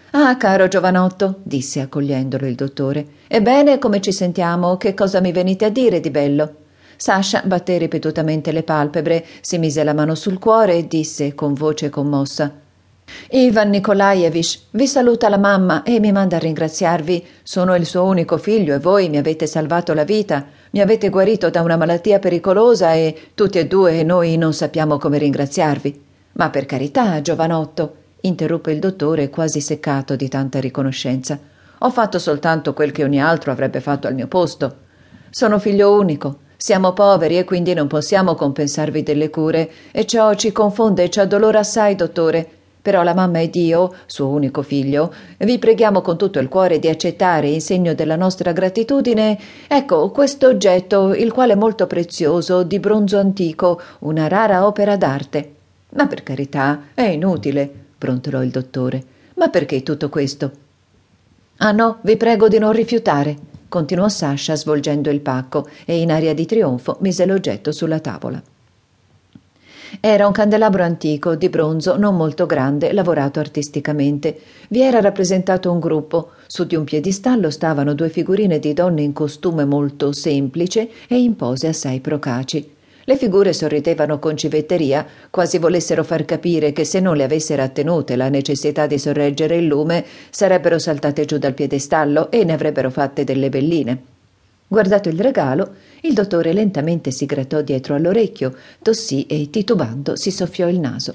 «Ah, caro giovanotto», disse accogliendolo il dottore. «Ebbene, come ci sentiamo? Che cosa mi venite a dire di bello?» Sasha batté ripetutamente le palpebre, si mise la mano sul cuore e disse con voce commossa: «Ivan Nikolaevich, vi saluta la mamma e mi manda a ringraziarvi. Sono il suo unico figlio e voi mi avete salvato la vita, mi avete guarito da una malattia pericolosa e tutti e due noi non sappiamo come ringraziarvi». «Ma per carità, giovanotto», interruppe il dottore quasi seccato di tanta riconoscenza. «Ho fatto soltanto quel che ogni altro avrebbe fatto al mio posto. Sono figlio unico. Siamo poveri e quindi non possiamo compensarvi delle cure e ciò ci confonde e ci addolora assai, dottore. Però la mamma ed io, suo unico figlio, vi preghiamo con tutto il cuore di accettare in segno della nostra gratitudine, ecco, questo oggetto, il quale è molto prezioso, di bronzo antico, una rara opera d'arte». «Ma per carità, è inutile», brontolò il dottore. «Ma perché tutto questo?» «Ah no, vi prego di non rifiutare», continuò Sasha svolgendo il pacco e in aria di trionfo mise l'oggetto sulla tavola. Era un candelabro antico di bronzo non molto grande, lavorato artisticamente. Vi era rappresentato un gruppo. Su di un piedistallo stavano due figurine di donne in costume molto semplice e in pose assai procaci. Le figure sorridevano con civetteria, quasi volessero far capire che se non le avessero attenute la necessità di sorreggere il lume, sarebbero saltate giù dal piedistallo e ne avrebbero fatte delle belline. Guardato il regalo, il dottore lentamente si grattò dietro all'orecchio, tossì e titubando si soffiò il naso.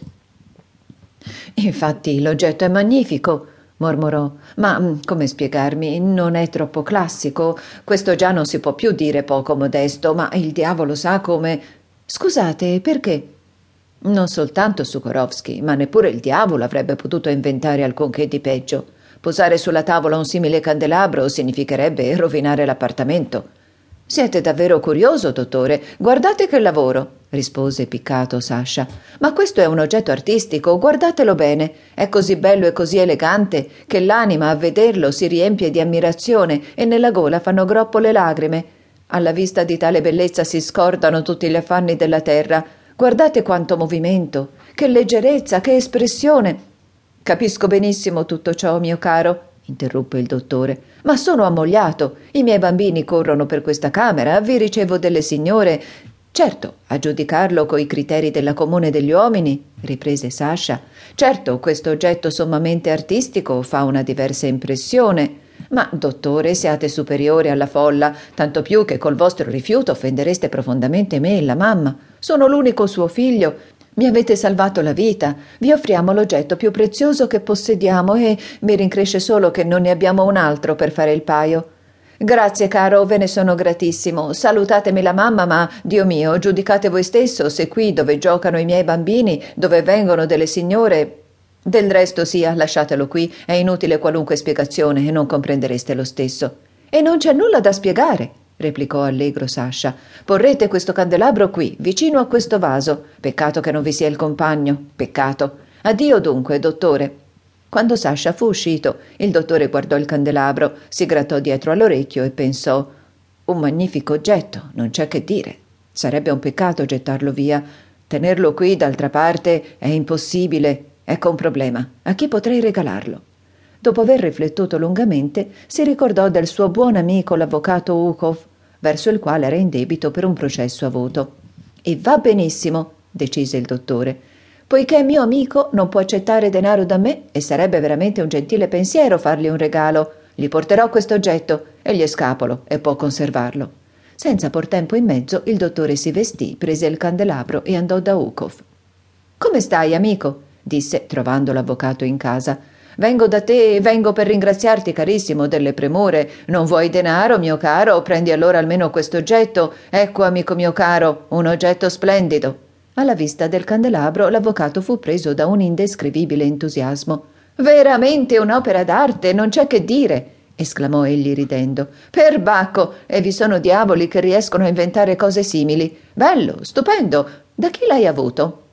«Infatti l'oggetto è magnifico», mormorò, «ma come spiegarmi? Non è troppo classico. Questo già non si può più dire poco modesto, ma il diavolo sa come...» «Scusate, perché?» «Non soltanto Sukorovsky, ma neppure il diavolo avrebbe potuto inventare alcunché di peggio. Posare sulla tavola un simile candelabro significherebbe rovinare l'appartamento». «Siete davvero curioso, dottore? Guardate che lavoro», rispose piccato Sasha. «Ma questo è un oggetto artistico, guardatelo bene. È così bello e così elegante che l'anima a vederlo si riempie di ammirazione e nella gola fanno groppo le lagrime. Alla vista di tale bellezza si scordano tutti gli affanni della terra. Guardate quanto movimento, che leggerezza, che espressione». «Capisco benissimo tutto ciò, mio caro», interruppe il dottore, «ma sono ammogliato. I miei bambini corrono per questa camera, vi ricevo delle signore...» «Certo, a giudicarlo coi criteri della comune degli uomini», riprese Sasha, «certo, questo oggetto sommamente artistico fa una diversa impressione. Ma, dottore, siate superiore alla folla, tanto più che col vostro rifiuto offendereste profondamente me e la mamma. Sono l'unico suo figlio. Mi avete salvato la vita, vi offriamo l'oggetto più prezioso che possediamo e mi rincresce solo che non ne abbiamo un altro per fare il paio». «Grazie, caro, ve ne sono gratissimo. Salutatemi la mamma, ma, Dio mio, giudicate voi stesso se qui dove giocano i miei bambini, dove vengono delle signore...» «Del resto sia, lasciatelo qui, è inutile qualunque spiegazione e non comprendereste lo stesso». «E non c'è nulla da spiegare», replicò allegro Sasha. «Porrete questo candelabro qui, vicino a questo vaso. Peccato che non vi sia il compagno, peccato. Addio dunque, dottore». Quando Sasha fu uscito, il dottore guardò il candelabro, si grattò dietro all'orecchio e pensò: «Un magnifico oggetto, non c'è che dire. Sarebbe un peccato gettarlo via. Tenerlo qui, d'altra parte, è impossibile. Ecco un problema. A chi potrei regalarlo?» Dopo aver riflettuto lungamente, si ricordò del suo buon amico l'avvocato Ukov, verso il quale era in debito per un processo a voto. «E va benissimo», decise il dottore. «Poiché è mio amico, non può accettare denaro da me e sarebbe veramente un gentile pensiero fargli un regalo. Gli porterò questo oggetto e gli scapolo e può conservarlo». Senza por tempo in mezzo, il dottore si vestì, prese il candelabro e andò da Ukov. «Come stai, amico?» disse, trovando l'avvocato in casa. «Vengo da te, vengo per ringraziarti, carissimo, delle premure. Non vuoi denaro, mio caro? Prendi allora almeno questo oggetto. Ecco, amico mio caro, un oggetto splendido». Alla vista del candelabro l'avvocato fu preso da un indescrivibile entusiasmo. «Veramente un'opera d'arte, non c'è che dire», esclamò egli ridendo. «Perbacco! E vi sono diavoli che riescono a inventare cose simili. Bello, stupendo. Da chi l'hai avuto?»